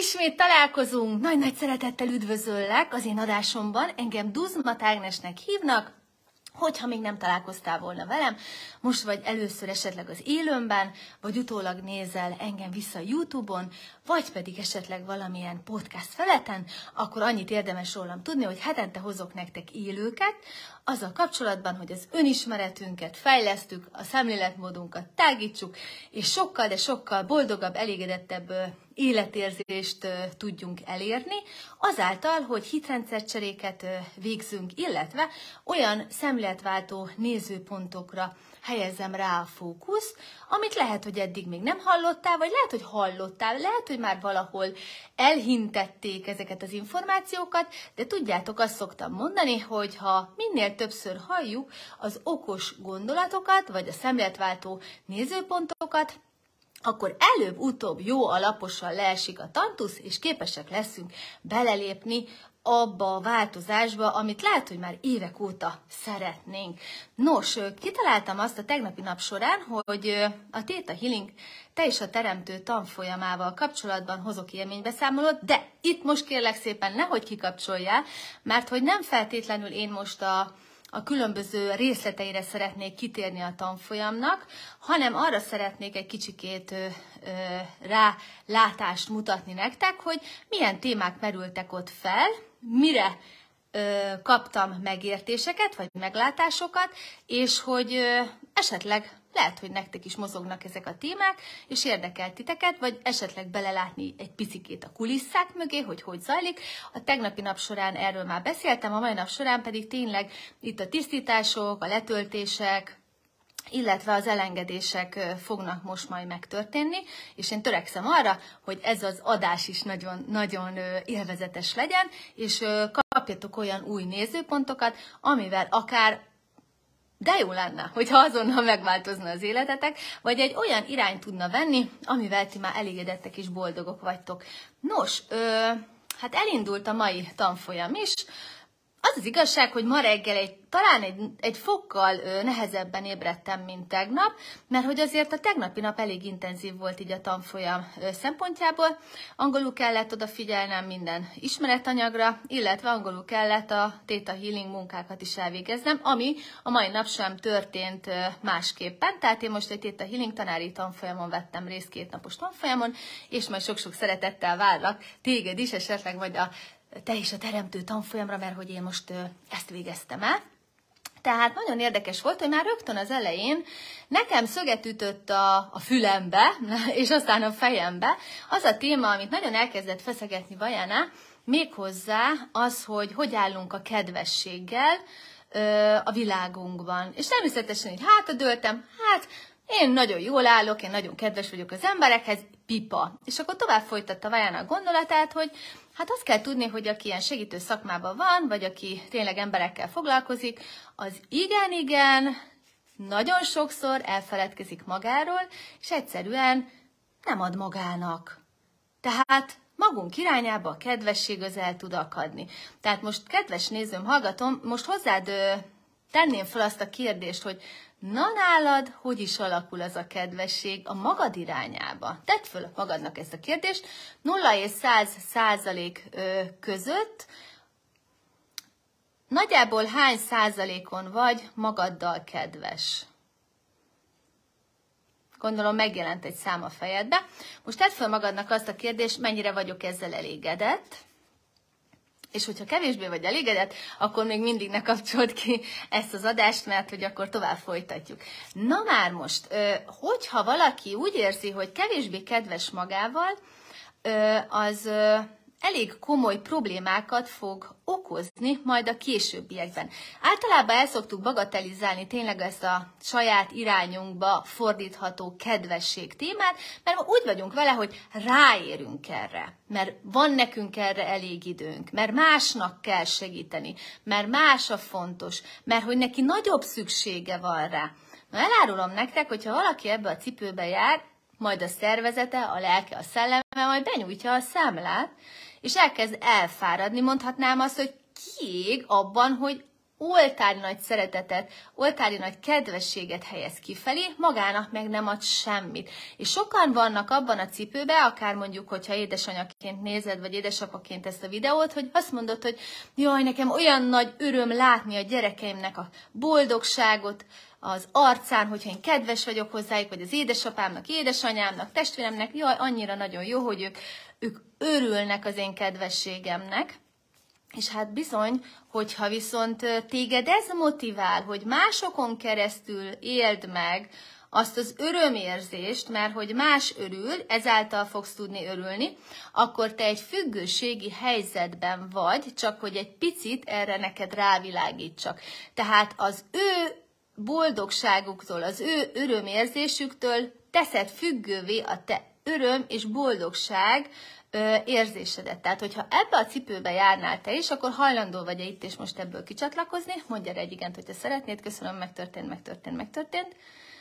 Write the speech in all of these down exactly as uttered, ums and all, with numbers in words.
Ismét találkozunk, nagy-nagy szeretettel üdvözöllek az én adásomban, engem Duzmat Ágnesnek hívnak, hogyha még nem találkoztál volna velem, most vagy először esetleg az élőmben, vagy utólag nézel engem vissza YouTube-on, vagy pedig esetleg valamilyen podcast feleten, akkor annyit érdemes rólam tudni, hogy hetente hozok nektek élőket, azzal kapcsolatban, hogy az önismeretünket fejlesztjük, a szemléletmódunkat tágítsuk, és sokkal, de sokkal boldogabb, elégedettebb életérzést tudjunk elérni, azáltal, hogy hitrendszercseréket végzünk, illetve olyan szemléletváltó nézőpontokra helyezzem rá a fókuszt, amit lehet, hogy eddig még nem hallottál, vagy lehet, hogy hallottál, lehet, hogy már valahol elhintették ezeket az információkat, de tudjátok, azt szoktam mondani, hogy ha minél többször halljuk az okos gondolatokat, vagy a szemléletváltó nézőpontokat, akkor előbb-utóbb jó alaposan leesik a tantusz, és képesek leszünk belelépni abba a változásba, amit lehet, hogy már évek óta szeretnénk. Nos, kitaláltam azt a tegnapi nap során, hogy a Theta Healing Te is a Teremtő tanfolyamával kapcsolatban hozok élménybeszámolót, de itt most kérlek szépen nehogy kikapcsoljál, mert hogy nem feltétlenül én most a a különböző részleteire szeretnék kitérni a tanfolyamnak, hanem arra szeretnék egy kicsikét ö, ö, rálátást mutatni nektek, hogy milyen témák merültek ott fel, mire ö, kaptam megértéseket, vagy meglátásokat, és hogy ö, esetleg lehet, hogy nektek is mozognak ezek a témák, és érdekel titeket, vagy esetleg belelátni egy picikét a kulisszák mögé, hogy hogy zajlik. A tegnapi nap során erről már beszéltem, a mai nap során pedig tényleg itt a tisztítások, a letöltések, illetve az elengedések fognak most majd megtörténni, és én törekszem arra, hogy ez az adás is nagyon, nagyon élvezetes legyen, és kapjatok olyan új nézőpontokat, amivel akár de jó lenne, hogyha azonnal megváltozna az életetek, vagy egy olyan irányt tudna venni, amivel ti már elégedettek és boldogok vagytok. Nos, ö, hát elindult a mai tanfolyam is. Az az igazság, hogy ma reggel egy, talán egy, egy fokkal ö, nehezebben ébredtem, mint tegnap, mert hogy azért a tegnapi nap elég intenzív volt így a tanfolyam ö, szempontjából. Angolul kellett odafigyelnem minden ismeretanyagra, illetve angolul kellett a Theta Healing munkákat is elvégeznem, ami a mai nap sem történt ö, másképpen. Tehát én most egy Theta Healing tanári tanfolyamon vettem részt, két napos tanfolyamon, és majd sok-sok szeretettel várlak téged is, esetleg vagy a Te is a Teremtő tanfolyamra, mert hogy én most ezt végeztem el. Tehát nagyon érdekes volt, hogy már rögtön az elején nekem szöget ütött a, a fülembe, és aztán a fejembe az a téma, amit nagyon elkezdett feszegetni Vajana, méghozzá az, hogy hogy állunk a kedvességgel ö, a világunkban. És természetesen így hátradőltem, hát én nagyon jól állok, én nagyon kedves vagyok az emberekhez, pipa. És akkor tovább folytatta Vajana a gondolatát, hogy hát azt kell tudni, hogy aki ilyen segítő szakmában van, vagy aki tényleg emberekkel foglalkozik, az igen-igen nagyon sokszor elfeledkezik magáról, és egyszerűen nem ad magának. Tehát magunk irányába a kedvesség az el tud akadni. Tehát most, kedves nézőm, hallgatom, most hozzád ö, tenném fel azt a kérdést, hogy na nálad, hogy is alakul az a kedvesség a magad irányába? Tedd föl magadnak ezt a kérdést. nulla és száz százalék között nagyjából hány százalékon vagy magaddal kedves? Gondolom megjelent egy szám a fejedbe. Most tedd föl magadnak azt a kérdést, mennyire vagyok ezzel elégedett? És hogyha kevésbé vagy elégedett, akkor még mindig ne kapcsold ki ezt az adást, mert hogy akkor tovább folytatjuk. Na már most, hogyha valaki úgy érzi, hogy kevésbé kedves magával, az elég komoly problémákat fog okozni majd a későbbiekben. Általában el szoktuk bagatelizálni tényleg ezt a saját irányunkba fordítható kedvesség témát, mert úgy vagyunk vele, hogy ráérünk erre, mert van nekünk erre elég időnk, mert másnak kell segíteni, mert más a fontos, mert hogy neki nagyobb szüksége van rá. Na elárulom nektek, hogyha valaki ebbe a cipőbe jár, majd a szervezete, a lelke, a szelleme majd benyújtja a számlát, és elkezd elfáradni, mondhatnám azt, hogy kiég abban, hogy oltári nagy szeretetet, oltári nagy kedvességet helyez kifelé, magának meg nem ad semmit. És sokan vannak abban a cipőben, akár mondjuk, hogyha édesanyaként nézed, vagy édesapaként ezt a videót, hogy azt mondod, hogy jaj, nekem olyan nagy öröm látni a gyerekeimnek a boldogságot az arcán, hogyha én kedves vagyok hozzájuk, vagy az édesapámnak, édesanyámnak, testvéremnek, jaj, annyira nagyon jó, hogy ők, ők örülnek az én kedvességemnek. És hát bizony, hogyha viszont téged ez motivál, hogy másokon keresztül éld meg azt az örömérzést, mert hogy más örül, ezáltal fogsz tudni örülni, akkor te egy függőségi helyzetben vagy, csak hogy egy picit erre neked rávilágítsak. Tehát az ő boldogságuktól, az ő örömérzésüktől teszed függővé a te öröm és boldogság érzésedet. Tehát, hogyha ebbe a cipőbe járnál te is, akkor hajlandó vagy-e itt és most ebből kicsatlakozni? Mondj erre egy igent, hogyha szeretnéd. Köszönöm, megtörtént, megtörtént, megtörtént.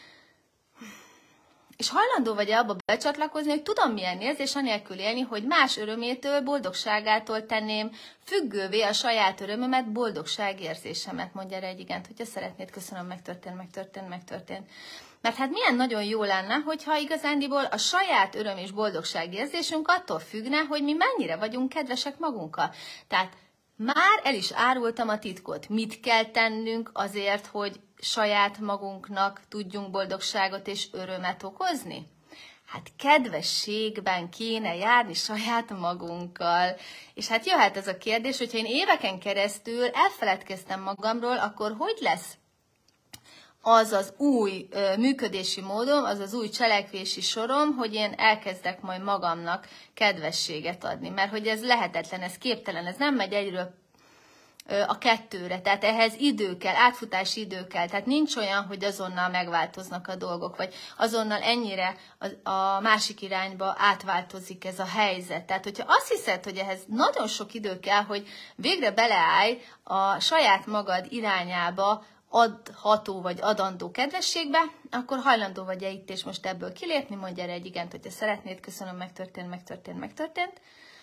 És hajlandó vagy-e abba becsatlakozni, hogy tudom milyen érzés anélkül élni, hogy más örömétől, boldogságától tenném függővé a saját örömömet, boldogságérzésemet. Mondj erre egy igent, hogyha szeretnéd. Köszönöm, megtörtént, megtörtént, megtörtént. Mert hát milyen nagyon jó lenne, hogyha igazándiból a saját öröm és boldogságérzésünk attól függne, hogy mi mennyire vagyunk kedvesek magunkkal. Tehát már el is árultam a titkot. Mit kell tennünk azért, hogy saját magunknak tudjunk boldogságot és örömet okozni? Hát kedvességben kéne járni saját magunkkal. És hát jöhet ez a kérdés, hogyha én éveken keresztül elfeledkeztem magamról, akkor hogy lesz az az új ö, működési módom, az az új cselekvési sorom, hogy én elkezdek majd magamnak kedvességet adni. Mert hogy ez lehetetlen, ez képtelen, ez nem megy egyről ö, a kettőre. Tehát ehhez idő kell, átfutási idő kell. Tehát nincs olyan, hogy azonnal megváltoznak a dolgok, vagy azonnal ennyire a, a másik irányba átváltozik ez a helyzet. Tehát, hogyha azt hiszed, hogy ehhez nagyon sok idő kell, hogy végre beleállj a saját magad irányába, adható vagy adandó kedvességbe, akkor hajlandó vagy-e itt és most ebből kilépni? Mondj erre egy igent, hogyha szeretnéd. Köszönöm, megtörtént, megtörtént, megtörtént.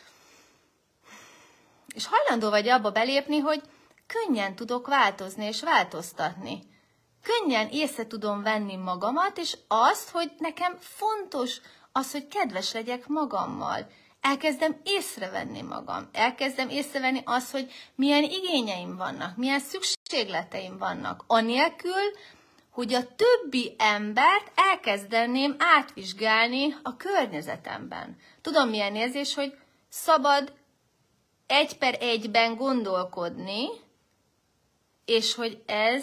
És hajlandó vagy abba belépni, hogy könnyen tudok változni és változtatni. Könnyen észre tudom venni magamat, és azt, hogy nekem fontos az, hogy kedves legyek magammal. Elkezdem észrevenni magam. Elkezdem észrevenni azt, hogy milyen igényeim vannak, milyen szükségleteim vannak. Anélkül, hogy a többi embert elkezdeném átvizsgálni a környezetemben. Tudom, milyen érzés, hogy szabad egy per egyben gondolkodni, és hogy ez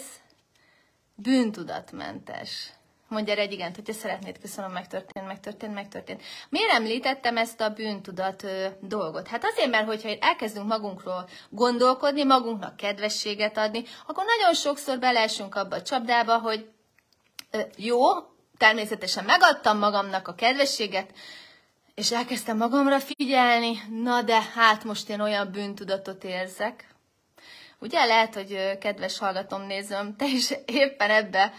bűntudatmentes. Mondj erre egy igent, hogyha szeretnéd. Köszönöm, megtörtént, megtörtént, megtörtént. Miért említettem ezt a bűntudat ö, dolgot? Hát azért, mert hogyha elkezdünk magunkról gondolkodni, magunknak kedvességet adni, akkor nagyon sokszor beleesünk abba a csapdába, hogy ö, jó, természetesen megadtam magamnak a kedvességet, és elkezdtem magamra figyelni, na de hát most én olyan bűntudatot érzek. Ugye lehet, hogy kedves hallgatom, nézem, te is éppen ebbe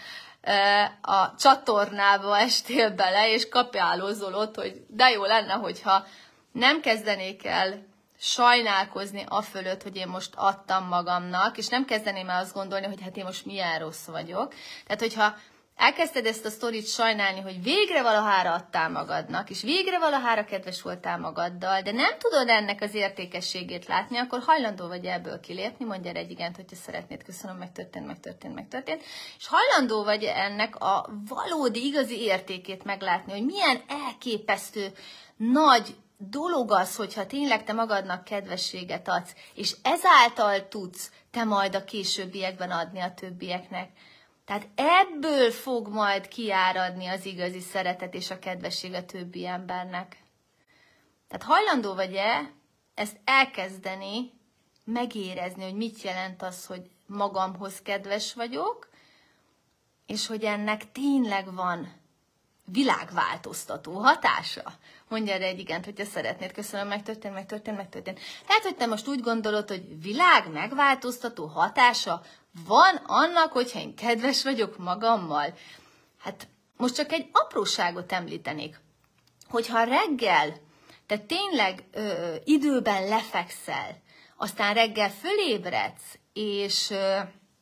a csatornába estél bele, és kapálózol ott, hogy de jó lenne, hogyha nem kezdenék el sajnálkozni afölött, hogy én most adtam magamnak, és nem kezdeném el azt gondolni, hogy hát én most milyen rossz vagyok. Tehát, hogyha elkezdted ezt a sztorit sajnálni, hogy végre valahára adtál magadnak, és végre valahára kedves voltál magaddal, de nem tudod ennek az értékességét látni, akkor hajlandó vagy ebből kilépni, mondj erre egy igent, hogyha szeretnéd. Köszönöm, megtörtént, megtörtént, megtörtént. És hajlandó vagy ennek a valódi, igazi értékét meglátni, hogy milyen elképesztő nagy dolog az, hogyha tényleg te magadnak kedvességet adsz, és ezáltal tudsz te majd a későbbiekben adni a többieknek. Tehát ebből fog majd kiáradni az igazi szeretet és a kedvesség a többi embernek. Tehát hajlandó vagy-e ezt elkezdeni, megérezni, hogy mit jelent az, hogy magamhoz kedves vagyok, és hogy ennek tényleg van világváltoztató hatása? Mondj erre egy igent, hogyha szeretnéd. Köszönöm, megtörtént, megtörtént, megtörtént. Lehet, hogy te most úgy gondolod, hogy világ megváltoztató hatása van annak, hogyha én kedves vagyok magammal. Hát most csak egy apróságot említenék. Hogyha reggel te tényleg ö, időben lefekszel, aztán reggel fölébredsz, és ö,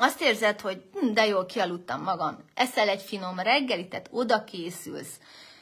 azt érzed, hogy hm, de jól kialudtam magam, eszel egy finom reggelit, tehát oda készülsz,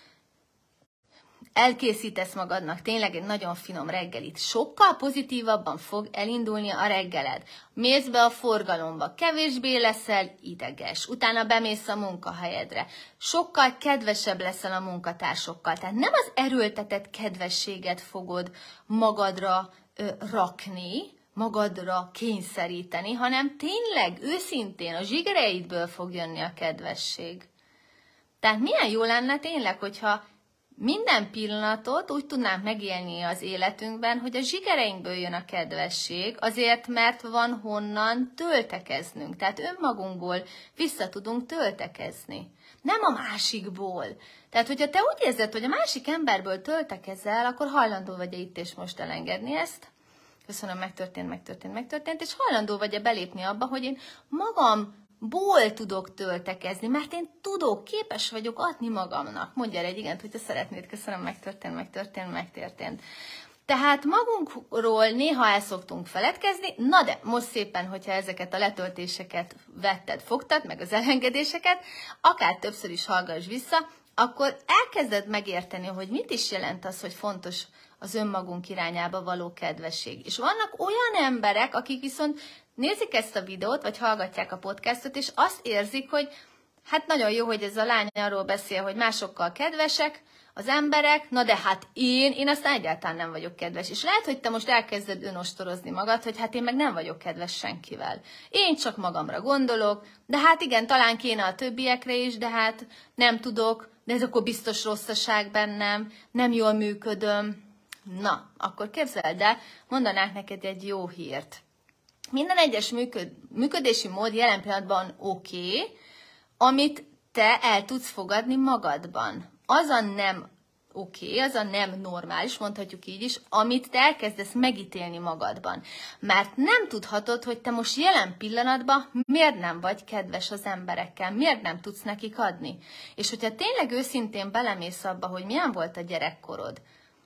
elkészítesz magadnak tényleg egy nagyon finom reggelit, sokkal pozitívabban fog elindulni a reggeled. Mész be a forgalomba, kevésbé leszel ideges, utána bemész a munkahelyedre, sokkal kedvesebb leszel a munkatársokkal. Tehát nem az erőltetett kedvességet fogod magadra ö, rakni, magadra kényszeríteni, hanem tényleg őszintén a zsigereidből fog jönni a kedvesség. Tehát milyen jó lenne tényleg, hogyha minden pillanatot úgy tudnánk megélni az életünkben, hogy a zsigereinkből jön a kedvesség, azért, mert van honnan töltekeznünk. Tehát önmagunkból vissza tudunk töltekezni. Nem a másikból. Tehát, hogyha te úgy érzed, hogy a másik emberből töltekezel, akkor hajlandó vagy-e itt és most elengedni ezt? Köszönöm, megtörtént, megtörtént, megtörtént, és hajlandó vagy-e belépni abba, hogy én magam ból tudok töltekezni, mert én tudok, képes vagyok adni magamnak. Mondjál egy igent, hogyha szeretnéd. Köszönöm, megtörtént, megtörtént, megtörtént. Tehát magunkról néha el szoktunk feledkezni, na de most szépen, hogyha ezeket a letöltéseket vetted, fogtad, meg az elengedéseket, akár többször is hallgass vissza, akkor elkezded megérteni, hogy mit is jelent az, hogy fontos az önmagunk irányába való kedvesség. És vannak olyan emberek, akik viszont nézik ezt a videót, vagy hallgatják a podcastot, és azt érzik, hogy hát nagyon jó, hogy ez a lány arról beszél, hogy másokkal kedvesek az emberek, na de hát én, én aztán egyáltalán nem vagyok kedves. És lehet, hogy te most elkezded önostorozni magad, hogy hát én meg nem vagyok kedves senkivel. Én csak magamra gondolok, de hát igen, talán kéne a többiekre is, de hát nem tudok, de ez akkor biztos rosszaság bennem, nem jól működöm. Na, akkor képzeld el, mondanák neked egy jó hírt. Minden egyes működ, működési mód jelen pillanatban oké, okay, amit te el tudsz fogadni magadban. Az a nem oké, okay, az a nem normális, mondhatjuk így is, amit te elkezdesz megítélni magadban. Mert nem tudhatod, hogy te most jelen pillanatban miért nem vagy kedves az emberekkel, miért nem tudsz nekik adni. És hogyha tényleg őszintén belemész abba, hogy milyen volt a gyerekkorod,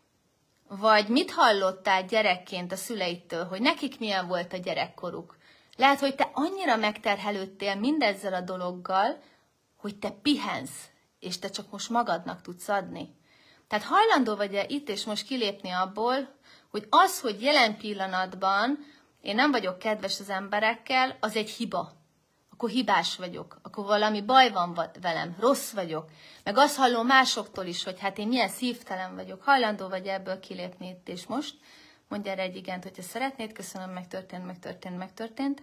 vagy mit hallottál gyerekként a szüleidtől, hogy nekik milyen volt a gyerekkoruk. Lehet, hogy te annyira megterhelődtél mindezzel a dologgal, hogy te pihensz, és te csak most magadnak tudsz adni. Tehát hajlandó vagy-e itt és most kilépni abból, hogy az, hogy jelen pillanatban én nem vagyok kedves az emberekkel, az egy hiba. Akkor hibás vagyok, akkor valami baj van velem, rossz vagyok. Meg azt hallom másoktól is, hogy hát én milyen szívtelen vagyok. Hajlandó vagy ebből kilépni itt és most? Mondj erre egy igent, hogyha szeretnéd. Köszönöm, megtörtént, megtörtént, megtörtént.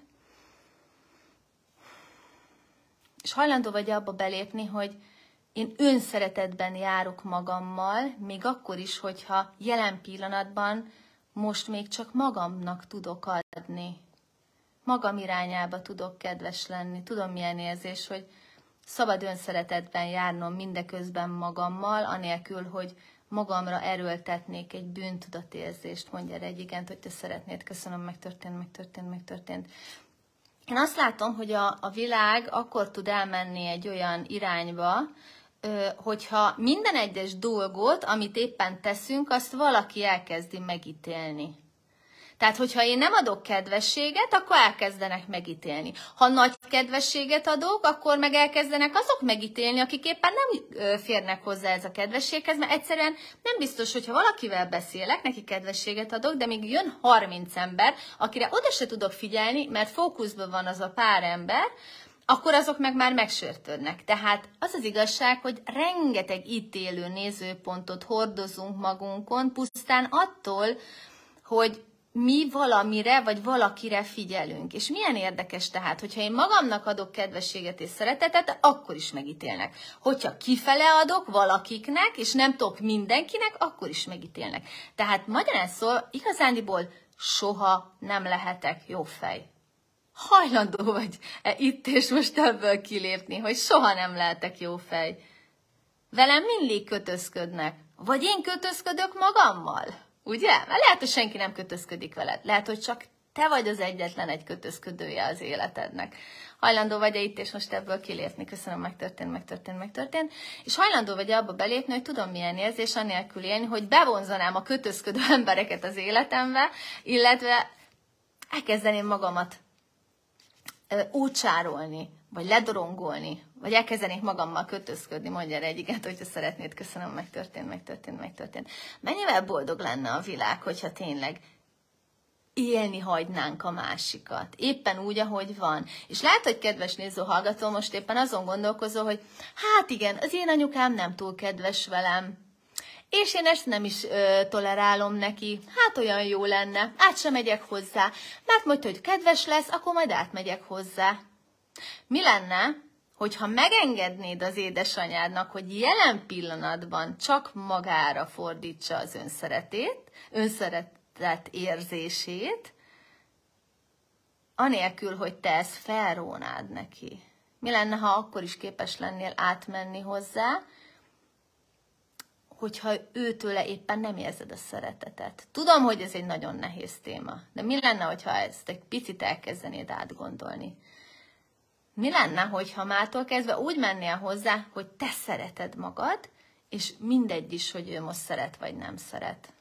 És hajlandó vagy abba belépni, hogy én önszeretetben járok magammal, még akkor is, hogyha jelen pillanatban most még csak magamnak tudok adni. Magam irányába tudok kedves lenni. Tudom, milyen érzés, hogy szabad önszeretetben járnom mindeközben magammal, anélkül, hogy magamra erőltetnék egy bűntudatérzést. Mondj erre egy igent, hogy te szeretnéd. Köszönöm, megtörtént, megtörtént, megtörtént. Én azt látom, hogy a, a világ akkor tud elmenni egy olyan irányba, hogyha minden egyes dolgot, amit éppen teszünk, azt valaki elkezdi megítélni. Tehát, hogyha én nem adok kedvességet, akkor elkezdenek megítélni. Ha nagy kedvességet adok, akkor meg elkezdenek azok megítélni, akik éppen nem férnek hozzá ez a kedvességhez, mert egyszerűen nem biztos, hogyha valakivel beszélek, neki kedvességet adok, de még jön harminc ember, akire oda se tudok figyelni, mert fókuszban van az a pár ember, akkor azok meg már megsértődnek. Tehát az az igazság, hogy rengeteg ítélő nézőpontot hordozunk magunkon, pusztán attól, hogy mi valamire, vagy valakire figyelünk. És milyen érdekes tehát, hogyha én magamnak adok kedvességet és szeretetet, akkor is megítélnek. Hogyha kifele adok valakiknek, és nem tudok mindenkinek, akkor is megítélnek. Tehát magyarán szól, igazándiból soha nem lehetek jó fej. Hajlandó vagy -e itt és most ebből kilépni, hogy soha nem lehetek jó fej. Velem mindig kötözködnek. Vagy én kötözködök magammal? Ugye? Mert lehet, hogy senki nem kötözködik veled. Lehet, hogy csak te vagy az egyetlen egy kötözködője az életednek. Hajlandó vagy-e itt és most ebből kilépni? Köszönöm, megtörtént, megtörtént, megtörtént. És hajlandó vagy abba belépni, hogy tudom milyen érzés, annélkül élni, hogy bevonzanám a kötözködő embereket az életembe, illetve elkezdeném magamat ócsárolni, vagy ledorongolni, vagy elkezdenék magammal kötözködni, mondja erre egy igent, hogyha szeretnéd, köszönöm, megtörtént, megtörtént, megtörtént. Mennyivel boldog lenne a világ, hogyha tényleg élni hagynánk a másikat, éppen úgy, ahogy van. És lehet, hogy kedves néző hallgató, most éppen azon gondolkozol, hogy hát igen, az én anyukám nem túl kedves velem, és én ezt nem is ö, tolerálom neki, hát olyan jó lenne, át sem megyek hozzá, mert majd, hogy kedves lesz, akkor majd átmegyek hozzá. Mi lenne, hogyha megengednéd az édesanyádnak, hogy jelen pillanatban csak magára fordítsa az önszeretét, önszeretet érzését, anélkül, hogy te ezt felrónád neki? Mi lenne, ha akkor is képes lennél átmenni hozzá, hogyha őtőle éppen nem érzed a szeretetet? Tudom, hogy ez egy nagyon nehéz téma, de mi lenne, hogyha ezt egy picit elkezdenéd átgondolni? Mi lenne, hogyha mától kezdve úgy mennél hozzá, hogy te szereted magad, és mindegy is, hogy ő most szeret vagy nem szeret?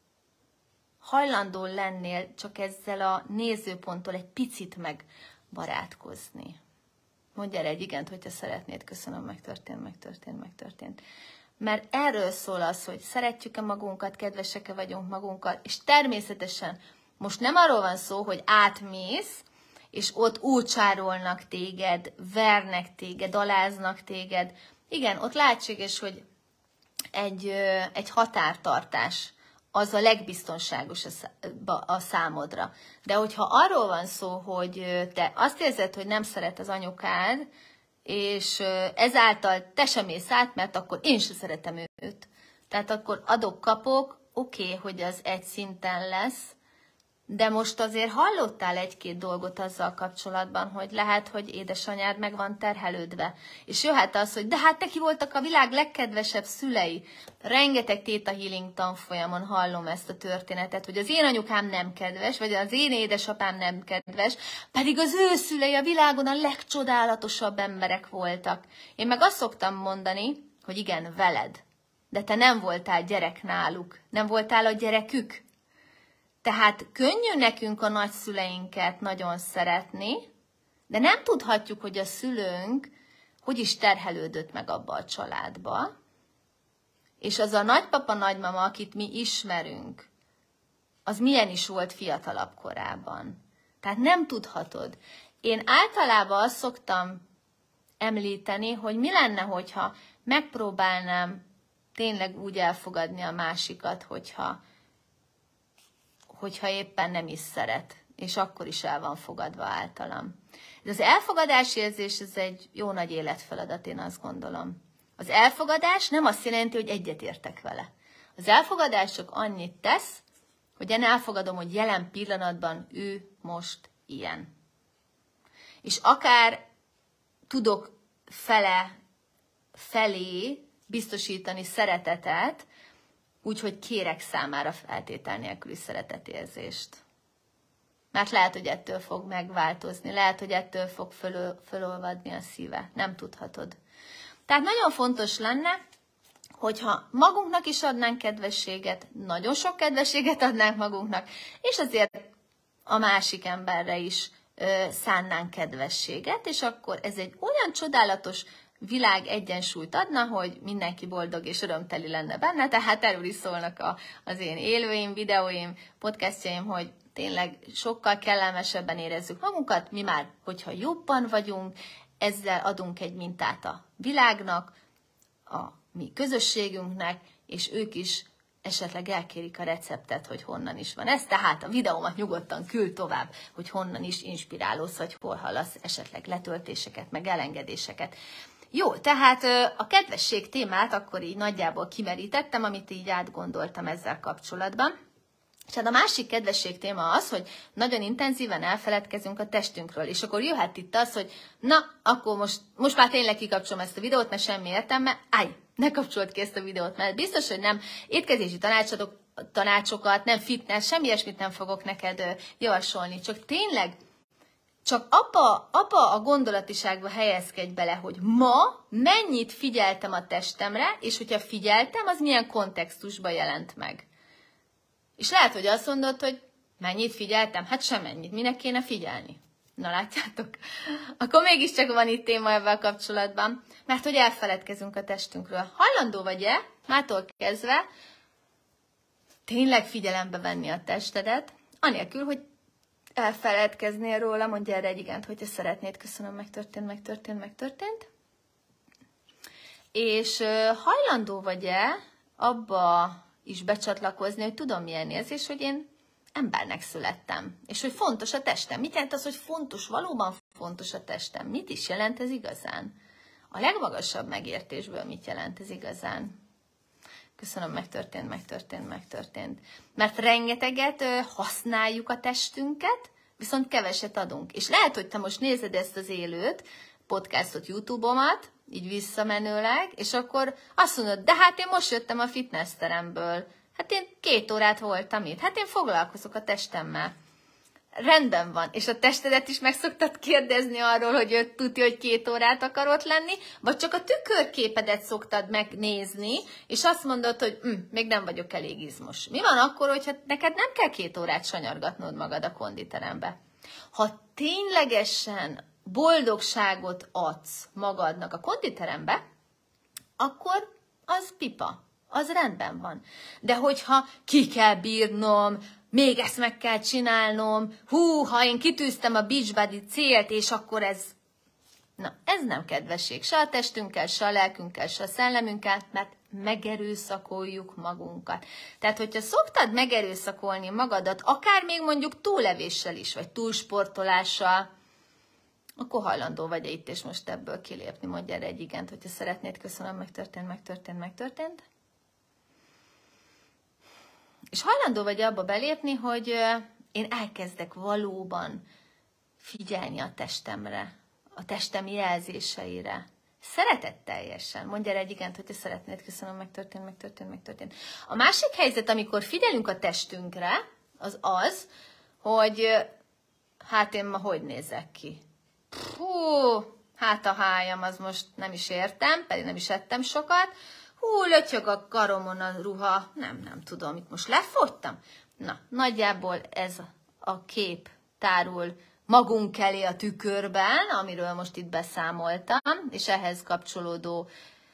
Hajlandó lennél csak ezzel a nézőponttól egy picit megbarátkozni? Mondj erre egy igent, hogyha szeretnéd, köszönöm, megtörtént, megtörtént, megtörtént. Mert erről szól az, hogy szeretjük-e magunkat, kedvesek-e vagyunk magunkkal, és természetesen most nem arról van szó, hogy átmész, és ott ócsárolnak téged, vernek téged, aláznak téged. Igen, ott lehetséges, hogy egy, egy határtartás az a legbiztonságos a számodra. De hogyha arról van szó, hogy te azt érzed, hogy nem szeret az anyukád, és ezáltal te sem mész át, mert akkor én sem szeretem őt. Tehát akkor adok-kapok, oké, okay, hogy az egy szinten lesz, de most azért hallottál egy-két dolgot azzal kapcsolatban, hogy lehet, hogy édesanyád meg van terhelődve. És jöhet az, hogy de hát neki voltak a világ legkedvesebb szülei. Rengeteg Theta Healing tanfolyamon hallom ezt a történetet, hogy az én anyukám nem kedves, vagy az én édesapám nem kedves, pedig az ő szülei a világon a legcsodálatosabb emberek voltak. Én meg azt szoktam mondani, hogy igen, veled, de te nem voltál gyerek náluk, nem voltál a gyerekük. Tehát könnyű nekünk a nagyszüleinket nagyon szeretni, de nem tudhatjuk, hogy a szülőnk hogy is terhelődött meg abba a családba, és az a nagypapa, nagymama, akit mi ismerünk, az milyen is volt fiatalabb korában. Tehát nem tudhatod. Én általában azt szoktam említeni, hogy mi lenne, hogyha megpróbálnám tényleg úgy elfogadni a másikat, hogyha hogyha éppen nem is szeret, és akkor is el van fogadva általam. Ez az elfogadás érzés, ez egy jó nagy életfeladat, én azt gondolom. Az elfogadás nem azt jelenti, hogy egyetértek vele. Az elfogadás csak annyit tesz, hogy én elfogadom, hogy jelen pillanatban ő most ilyen. És akár tudok fele, felé biztosítani szeretetet, úgyhogy kérek számára feltétel nélküli szeretetérzést. Mert lehet, hogy ettől fog megváltozni, lehet, hogy ettől fog föl, fölolvadni a szíve. Nem tudhatod. Tehát nagyon fontos lenne, hogyha magunknak is adnánk kedvességet, nagyon sok kedvességet adnánk magunknak, és azért a másik emberre is ö, szánnánk kedvességet, és akkor ez egy olyan csodálatos világ egyensúlyt adna, hogy mindenki boldog és örömteli lenne benne, tehát erről is szólnak a, az én élőim, videóim, podcastjaim, hogy tényleg sokkal kellemesebben érezzük magunkat, mi már, hogyha jobban vagyunk, ezzel adunk egy mintát a világnak, a mi közösségünknek, és ők is esetleg elkérik a receptet, hogy honnan is van ez, tehát a videómat nyugodtan küld tovább, hogy honnan is inspirálódsz, vagy hol hallasz esetleg letöltéseket, meg elengedéseket. Jó, tehát a kedvesség témát akkor így nagyjából kimerítettem, amit így átgondoltam ezzel kapcsolatban. És hát a másik kedvesség téma az, hogy nagyon intenzíven elfeledkezünk a testünkről, és akkor jöhet itt az, hogy na, akkor most, most már tényleg kikapcsolom ezt a videót, mert semmi értelme, állj, ne kapcsold ki ezt a videót, mert biztos, hogy nem étkezési tanácsadok, tanácsokat, nem fitness, semmi ilyesmit nem fogok neked javasolni, csak tényleg csak abba, abba a gondolatiságba helyezkedj bele, hogy ma mennyit figyeltem a testemre, és hogyha figyeltem, az milyen kontextusban jelent meg. És lehet, hogy azt mondod, hogy mennyit figyeltem? Hát semennyit. Minek kéne figyelni? Na látjátok? Akkor mégiscsak van itt téma ebben kapcsolatban, mert hogy elfeledkezünk a testünkről. Hajlandó vagy-e, mától kezdve, tényleg figyelembe venni a testedet, anélkül, hogy elfeledkeznél róla, mondja erre egy igent, hogyha szeretnéd, köszönöm, megtörtént, megtörtént, megtörtént. És hajlandó vagy-e abba is becsatlakozni, hogy tudom milyen érzés, hogy én embernek születtem, és hogy fontos a testem. Mit jelent az, hogy fontos, valóban fontos a testem? Mit is jelent ez igazán? A legmagasabb megértésből mit jelent ez igazán? Köszönöm, megtörtént, megtörtént, megtörtént. Mert rengeteget használjuk a testünket, viszont keveset adunk. És lehet, hogy te most nézed ezt az élőt, podcastot, YouTube-omat, így visszamenőleg, és akkor azt mondod, de hát én most jöttem a fitnessteremből. Hát én két órát voltam itt. Hát én foglalkozok a testemmel. Rendben van. És a testedet is meg szoktad kérdezni arról, hogy ő tudja, hogy két órát akar ott lenni, vagy csak a tükörképedet szoktad megnézni, és azt mondod, hogy hm, még nem vagyok elég izmos. Mi van akkor, hogyha neked nem kell két órát sanyargatnod magad a konditerembe? Ha ténylegesen boldogságot adsz magadnak a konditerembe, akkor az pipa. Az rendben van. De hogyha ki kell bírnom, még ezt meg kell csinálnom, hú, ha én kitűztem a Beachbody célt, és akkor ez... Na, ez nem kedvesség. Se a testünkkel, se a lelkünkkel, se a szellemünkkel, mert megerőszakoljuk magunkat. Tehát, hogyha szoktad megerőszakolni magadat, akár még mondjuk túlevéssel is, vagy túlsportolással, akkor hajlandó vagy itt és most ebből kilépni. Mondj erre egy igent, hogyha szeretnéd. Köszönöm, megtörtént, megtörtént, megtörtént. És hajlandó vagy abba belépni, hogy én elkezdek valóban figyelni a testemre, a testem jelzéseire. Szeretetteljesen. Mondj erre egy igent, hogyha szeretnéd. Köszönöm, megtörtént, megtörtént, megtörtént. A másik helyzet, amikor figyelünk a testünkre, az az, hogy hát én ma hogy nézek ki? Hú, hát a hájam, az most nem is értem, pedig nem is ettem sokat. Hú, lötyög a karomon a ruha, nem, nem tudom, itt most lefogytam. Na, nagyjából ez a kép tárul magunk elé a tükörben, amiről most itt beszámoltam, és ehhez kapcsolódó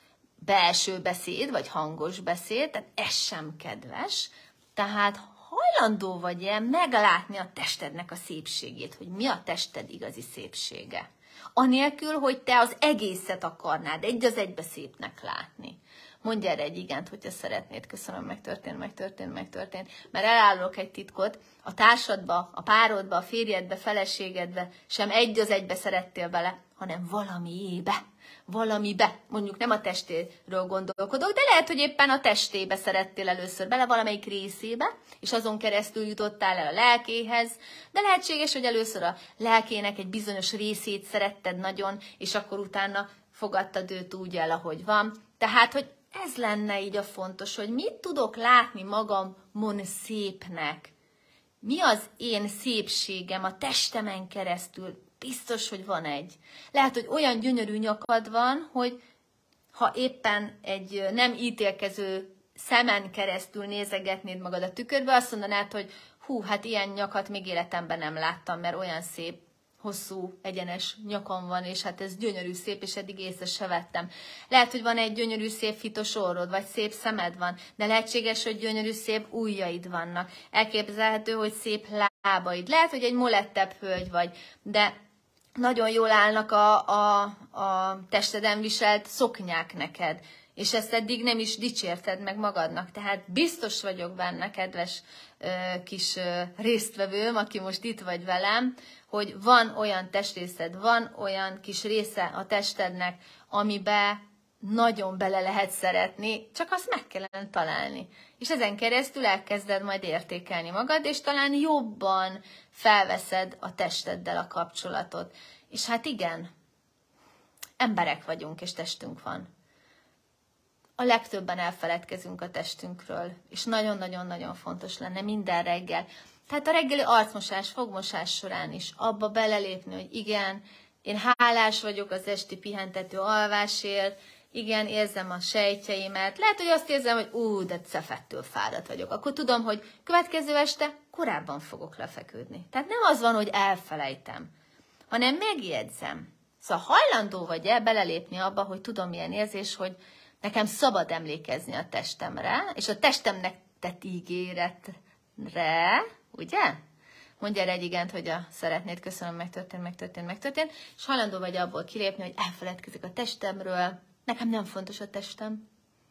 belső beszéd, vagy hangos beszéd, tehát ez sem kedves. Tehát hajlandó vagy-e meglátni a testednek a szépségét, hogy mi a tested igazi szépsége? Anélkül, hogy te az egészet akarnád egy az egybe szépnek látni. Mondj erre egy igent, hogyha szeretnéd. Köszönöm, megtörtént, megtörtént, megtörtént. Mert elárulok egy titkot, a társadba, a párodba, a férjedbe, feleségedbe sem egy az egybe szerettél bele, hanem valamiébe. Valamibe. Mondjuk nem a testéről gondolkodok, de lehet, hogy éppen a testébe szerettél először bele, valamelyik részébe, és azon keresztül jutottál el a lelkéhez, de lehetséges, hogy először a lelkének egy bizonyos részét szeretted nagyon, és akkor utána fogadtad őt úgy el, ahogy van. Tehát, hogy ez lenne így a fontos, hogy mit tudok látni magamon szépnek. Mi az én szépségem a testemen keresztül? Biztos, hogy van egy. Lehet, hogy olyan gyönyörű nyakad van, hogy ha éppen egy nem ítélkező szemen keresztül nézegetnéd magad a tükörbe, azt mondanád, hogy hú, hát ilyen nyakat még életemben nem láttam, mert olyan szép, hosszú, egyenes nyakam van, és hát ez gyönyörű szép, és eddig észre se vettem. Lehet, hogy van egy gyönyörű szép fitos orrod, vagy szép szemed van, de lehetséges, hogy gyönyörű szép ujjaid vannak. Elképzelhető, hogy szép lábaid. Lehet, hogy egy molettebb hölgy vagy, de nagyon jól állnak a, a, a testeden viselt szoknyák neked, és ezt eddig nem is dicsérted meg magadnak. Tehát biztos vagyok benne, kedves ö, kis ö, résztvevőm, aki most itt vagy velem, hogy van olyan testrészed, van olyan kis része a testednek, amibe nagyon bele lehet szeretni, csak azt meg kellene találni. És ezen keresztül elkezded majd értékelni magad, és talán jobban felveszed a testeddel a kapcsolatot. És hát igen, emberek vagyunk, és testünk van. A legtöbben elfeledkezünk a testünkről, és nagyon-nagyon-nagyon fontos lenne minden reggel. Tehát a reggeli arcmosás, fogmosás során is abba belelépni, hogy igen, én hálás vagyok az esti pihentető alvásért, igen, érzem a sejtjeimet. Lehet, hogy azt érzem, hogy ú, de cefettől fáradt vagyok. Akkor tudom, hogy következő este korábban fogok lefeküdni. Tehát nem az van, hogy elfelejtem, hanem megjegyzem. Szóval hajlandó vagy-e belelépni abba, hogy tudom milyen érzés, hogy nekem szabad emlékezni a testemre, és a testemnek tett ígéretre, ugye? Mondj erre egy igent, hogy a szeretnéd, köszönöm, megtörtént, megtörtént, megtörtént, és hajlandó vagy abból kilépni, hogy elfeledkezik a testemről, nekem nem fontos a testem.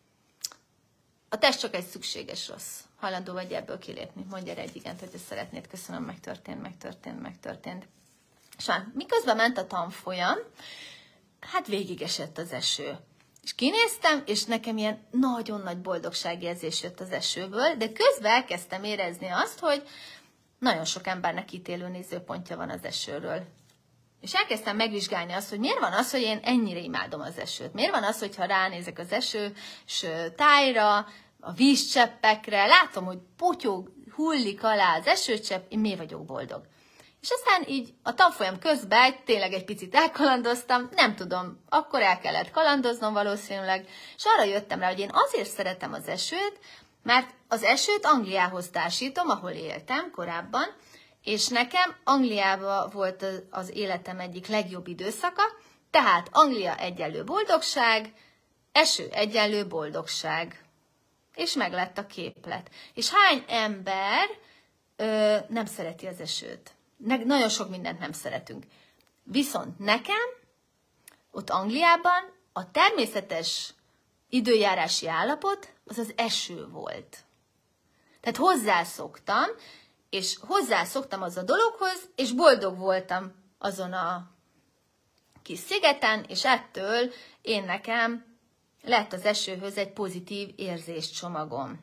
A test csak egy szükséges rossz. Hajlandó vagy ebből kilépni. Mondj erre egy igent, hogy ezt szeretnéd, köszönöm, megtörtént, megtörtént, megtörtént. És már miközben ment a tanfolyam, hát végigesett az eső. És kinéztem, és nekem ilyen nagyon nagy boldogságérzés jött az esőből, de közben elkezdtem érezni azt, hogy nagyon sok embernek ítélő nézőpontja van az esőről. És elkezdtem megvizsgálni azt, hogy miért van az, hogy én ennyire imádom az esőt. Miért van az, hogyha ránézek az esős tájra, a vízcseppekre, látom, hogy potyog, hullik alá az esőcsepp, én miért vagyok boldog. És aztán így a tanfolyam közben tényleg egy picit elkalandoztam, nem tudom, akkor el kellett kalandoznom valószínűleg, és arra jöttem rá, hogy én azért szeretem az esőt, mert az esőt Angliához társítom, ahol éltem korábban, és nekem Angliában volt az életem egyik legjobb időszaka, tehát Anglia egyenlő boldogság, eső egyenlő boldogság. És meglett a képlet. És hány ember ö, nem szereti az esőt? Ne, nagyon sok mindent nem szeretünk. Viszont nekem, ott Angliában a természetes időjárási állapot az az eső volt. Tehát hozzászoktam, és hozzászoktam az a dologhoz, és boldog voltam azon a kis szigeten, és ettől én nekem lett az esőhöz egy pozitív érzéscsomagom.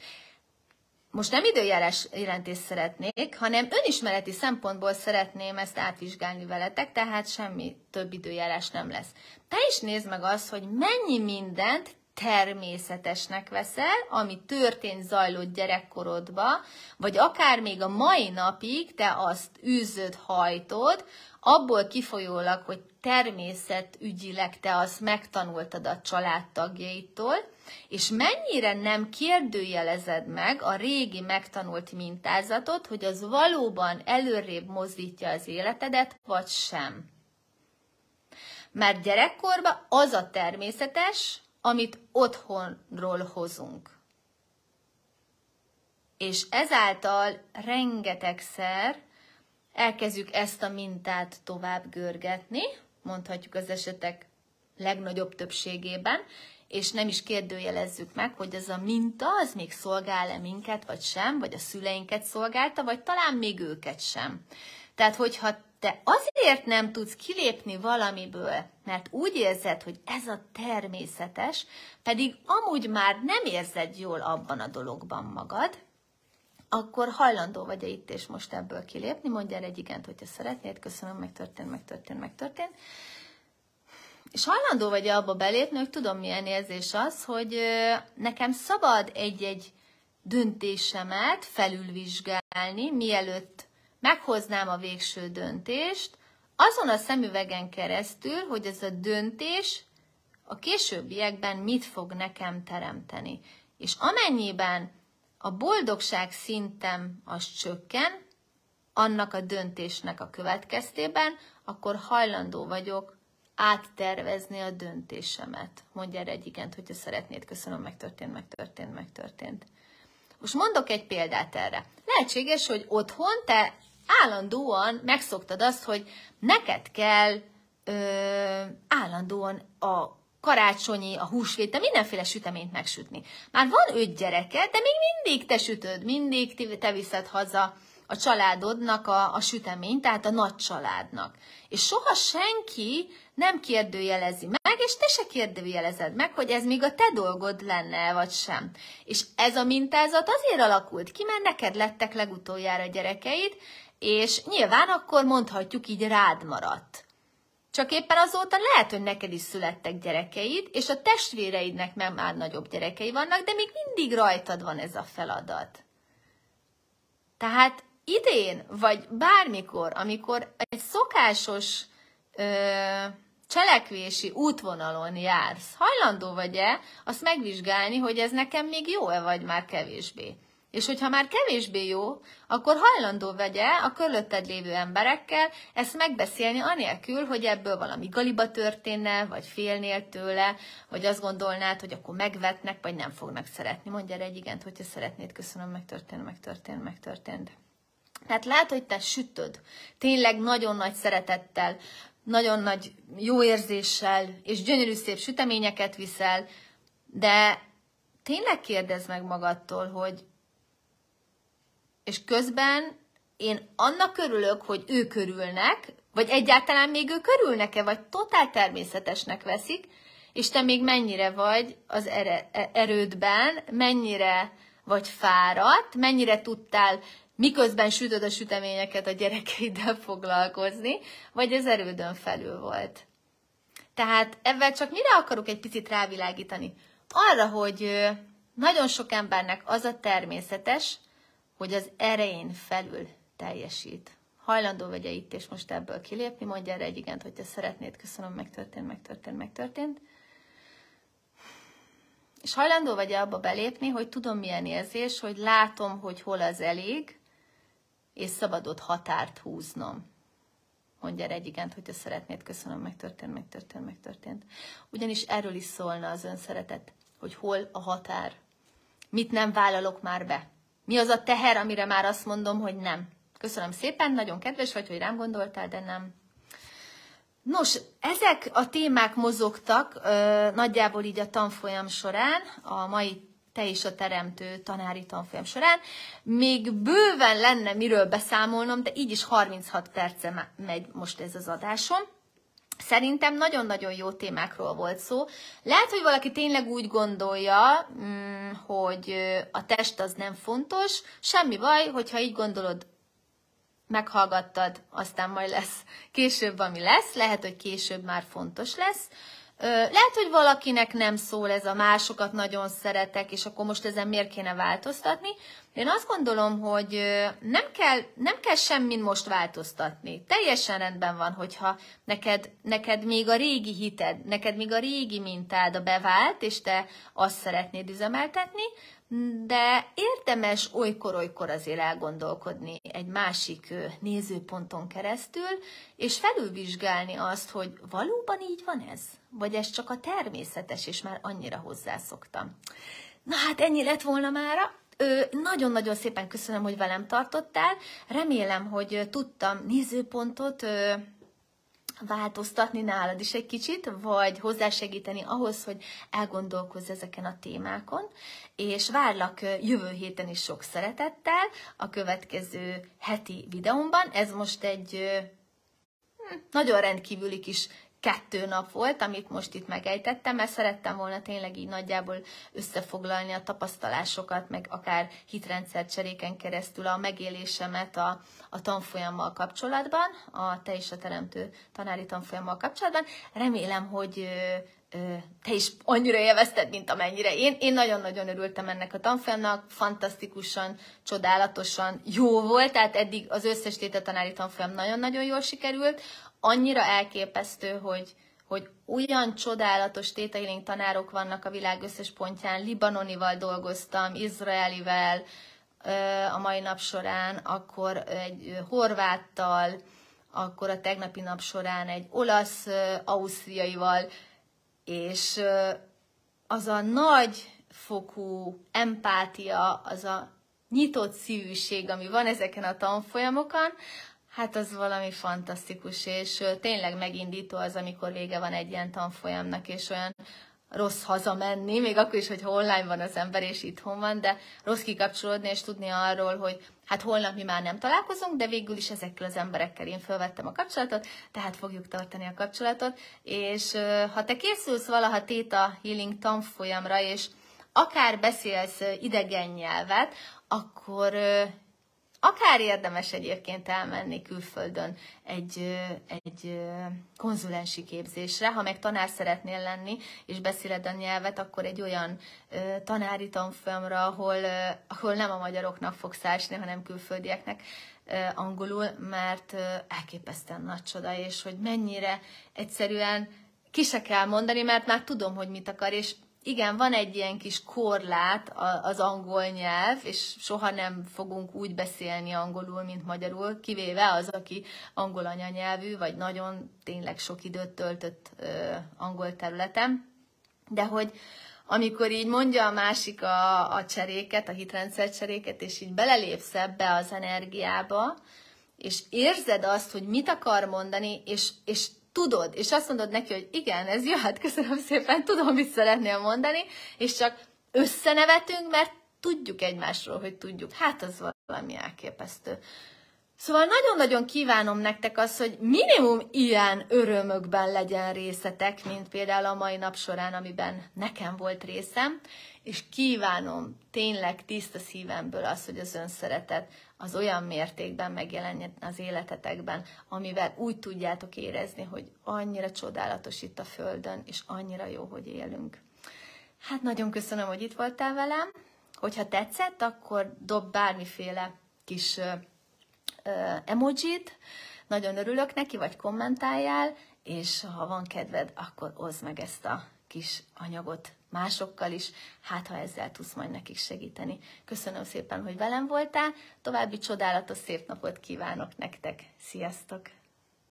Most nem időjárás jelentést szeretnék, hanem önismereti szempontból szeretném ezt átvizsgálni veletek, tehát semmi több időjárás nem lesz. Te is nézd meg azt, hogy mennyi mindent természetesnek veszel, ami történt, zajlott gyerekkorodba, vagy akár még a mai napig te azt űzöd, hajtod, abból kifolyólag, hogy természetügyileg te azt megtanultad a családtagjaitól, és mennyire nem kérdőjelezed meg a régi megtanult mintázatot, hogy az valóban előrébb mozdítja az életedet, vagy sem. Mert gyerekkorban az a természetes, amit otthonról hozunk. És ezáltal rengetegszer elkezdjük ezt a mintát tovább görgetni, mondhatjuk az esetek legnagyobb többségében, és nem is kérdőjelezzük meg, hogy ez a minta, az még szolgál-e minket, vagy sem, vagy a szüleinket szolgálta, vagy talán még őket sem. Tehát, hogyha te azért nem tudsz kilépni valamiből, mert úgy érzed, hogy ez a természetes, pedig amúgy már nem érzed jól abban a dologban magad, akkor hajlandó vagy-e itt és most ebből kilépni? Mondj el egy igent, hogyha szeretnéd, köszönöm, megtörtént, megtörtént, megtörtént. És hajlandó vagy-e abba belépni, hogy tudom, milyen érzés az, hogy nekem szabad egy-egy döntésemet felülvizsgálni, mielőtt meghoznám a végső döntést, azon a szemüvegen keresztül, hogy ez a döntés a későbbiekben mit fog nekem teremteni. És amennyiben a boldogság szintem az csökken, annak a döntésnek a következtében, akkor hajlandó vagyok áttervezni a döntésemet. Mondj erre egy igent, hogyha szeretnéd. Köszönöm, megtörtént, megtörtént, megtörtént. Most mondok egy példát erre. Lehetséges, hogy otthon te állandóan megszoktad azt, hogy neked kell ö, állandóan a karácsonyi, a húsvét, de mindenféle süteményt megsütni. Már van öt gyereked, de még mindig te sütöd, mindig te viszed haza a családodnak a, a süteményt, tehát a nagy családnak. És soha senki nem kérdőjelezi meg, és te se kérdőjelezed meg, hogy ez még a te dolgod lenne, vagy sem. És ez a mintázat azért alakult ki, mert neked lettek legutoljára gyerekeid, és nyilván akkor mondhatjuk így rád maradt. Csak éppen azóta lehet, hogy neked is születtek gyerekeid, és a testvéreidnek nem már nagyobb gyerekei vannak, de még mindig rajtad van ez a feladat. Tehát idén, vagy bármikor, amikor egy szokásos ö, cselekvési útvonalon jársz, hajlandó vagy-e azt megvizsgálni, hogy ez nekem még jó-e, vagy már kevésbé. És hogyha már kevésbé jó, akkor hajlandó vegye a körülötted lévő emberekkel ezt megbeszélni, anélkül, hogy ebből valami galiba történne, vagy félnél tőle, vagy azt gondolnád, hogy akkor megvetnek, vagy nem fognak szeretni. Mondj erre egy igent, hogyha szeretnéd, köszönöm, megtörtént, megtörtént, megtörtént. Tehát látod, hogy te sütöd, tényleg nagyon nagy szeretettel, nagyon nagy jó érzéssel, és gyönyörű szép süteményeket viszel, de tényleg kérdezd meg magadtól, hogy és közben én annak örülök, hogy ők örülnek, vagy egyáltalán még ők örülnek-e, vagy totál természetesnek veszik, és te még mennyire vagy az erődben, mennyire vagy fáradt, mennyire tudtál miközben sütöd a süteményeket a gyerekeiddel foglalkozni, vagy az erődön felül volt. Tehát ebben csak mire akarok egy picit rávilágítani? Arra, hogy nagyon sok embernek az a természetes, hogy az erején felül teljesít. Hajlandó vegye itt és most ebből kilépni, mondja erre egy igent, hogyha szeretnéd, köszönöm, megtörtént, megtörtént, megtörtént. És hajlandó vegye abba belépni, hogy tudom milyen érzés, hogy látom, hogy hol az elég, és szabadott határt húznom. Mondja erre egy igent, hogyha szeretnéd, köszönöm, megtörtént, megtörtént, megtörtént. Ugyanis erről is szólna az önszeretet, hogy hol a határ. Mit nem vállalok már be? Mi az a teher, amire már azt mondom, hogy nem? Köszönöm szépen, nagyon kedves vagy, hogy rám gondoltál, de nem. Nos, ezek a témák mozogtak ö, nagyjából így a tanfolyam során, a mai Te is a Teremtő tanári tanfolyam során. Még bőven lenne miről beszámolnom, de így is harminchat perce megy most ez az adásom. Szerintem nagyon-nagyon jó témákról volt szó. Lehet, hogy valaki tényleg úgy gondolja, hogy a test az nem fontos. Semmi baj, hogyha így gondolod, meghallgattad, aztán majd lesz később, ami lesz. Lehet, hogy később már fontos lesz. Lehet, hogy valakinek nem szól ez a másokat nagyon szeretek, és akkor most ezen miért kéne változtatni. Én azt gondolom, hogy nem kell, nem kell semmin most változtatni. Teljesen rendben van, hogyha neked, neked még a régi hited, neked még a régi mintád a bevált, és te azt szeretnéd üzemeltetni, de érdemes olykor-olykor azért elgondolkodni egy másik nézőponton keresztül, és felülvizsgálni azt, hogy valóban így van ez? Vagy ez csak a természetes, és már annyira hozzászoktam. Na hát ennyi lett volna mára. Nagyon-nagyon szépen köszönöm, hogy velem tartottál. Remélem, hogy tudtam nézőpontot változtatni nálad is egy kicsit, vagy hozzásegíteni ahhoz, hogy elgondolkozz ezeken a témákon, és várlak jövő héten is sok szeretettel a következő heti videómban. Ez most egy nagyon rendkívüli kis kettő nap volt, amit most itt megejtettem, mert szerettem volna tényleg így nagyjából összefoglalni a tapasztalásokat, meg akár hitrendszercseréken keresztül a megélésemet a, a tanfolyammal kapcsolatban, a Te is a Teremtő tanári tanfolyammal kapcsolatban. Remélem, hogy ö, ö, te is annyira élvezted, mint amennyire én. Én nagyon-nagyon örültem ennek a tanfolyamnak, fantasztikusan, csodálatosan jó volt, tehát eddig az összes tételtanári tanfolyam nagyon-nagyon jól sikerült. Annyira elképesztő, hogy, hogy olyan csodálatos Theta Healing tanárok vannak a világ összes pontján. Libanonival dolgoztam, izraelivel a mai nap során, akkor egy horváttal, akkor a tegnapi nap során egy olasz ausztriaival, és az a nagy fokú empátia, az a nyitott szívűség, ami van ezeken a tanfolyamokon, hát az valami fantasztikus, és tényleg megindító az, amikor vége van egy ilyen tanfolyamnak, és olyan rossz hazamenni, még akkor is, hogy online van az ember, és itthon van, de rossz kikapcsolódni, és tudni arról, hogy hát holnap mi már nem találkozunk, de végül is ezekkel az emberekkel én felvettem a kapcsolatot, tehát fogjuk tartani a kapcsolatot, és ha te készülsz valaha Theta Healing tanfolyamra, és akár beszélsz idegen nyelvet, akkor akár érdemes egyébként elmenni külföldön egy, egy konzulensi képzésre, ha meg tanár szeretnél lenni, és beszéled a nyelvet, akkor egy olyan tanári tanfolyamra, ahol, ahol nem a magyaroknak fogsz ásni, hanem külföldieknek angolul, mert elképesztően nagy csoda, és hogy mennyire egyszerűen ki se kell mondani, mert már tudom, hogy mit akar, és igen, van egy ilyen kis korlát az angol nyelv, és soha nem fogunk úgy beszélni angolul, mint magyarul, kivéve az, aki angol anyanyelvű, vagy nagyon tényleg sok időt töltött ö, angol területen. De hogy amikor így mondja a másik a, a cseréket, a hitrendszer cseréket, és így belelépsz ebbe az energiába, és érzed azt, hogy mit akar mondani, és, és tudod, és azt mondod neki, hogy igen, ez jó, hát köszönöm szépen, tudom, mit szeretnél mondani, és csak összenevetünk, mert tudjuk egymásról, hogy tudjuk. Hát az valami elképesztő. Szóval nagyon-nagyon kívánom nektek azt, hogy minimum ilyen örömökben legyen részetek, mint például a mai nap során, amiben nekem volt részem, és kívánom tényleg tiszta szívemből azt, hogy az önszeretet az olyan mértékben megjelenjen az életetekben, amivel úgy tudjátok érezni, hogy annyira csodálatos itt a Földön, és annyira jó, hogy élünk. Hát nagyon köszönöm, hogy itt voltál velem. Hogyha tetszett, akkor dob bármiféle kis emojit, nagyon örülök neki, vagy kommentáljál, és ha van kedved, akkor oszd meg ezt a kis anyagot másokkal is, hát ha ezzel tudsz majd nekik segíteni. Köszönöm szépen, hogy velem voltál, további csodálatos szép napot kívánok nektek, sziasztok!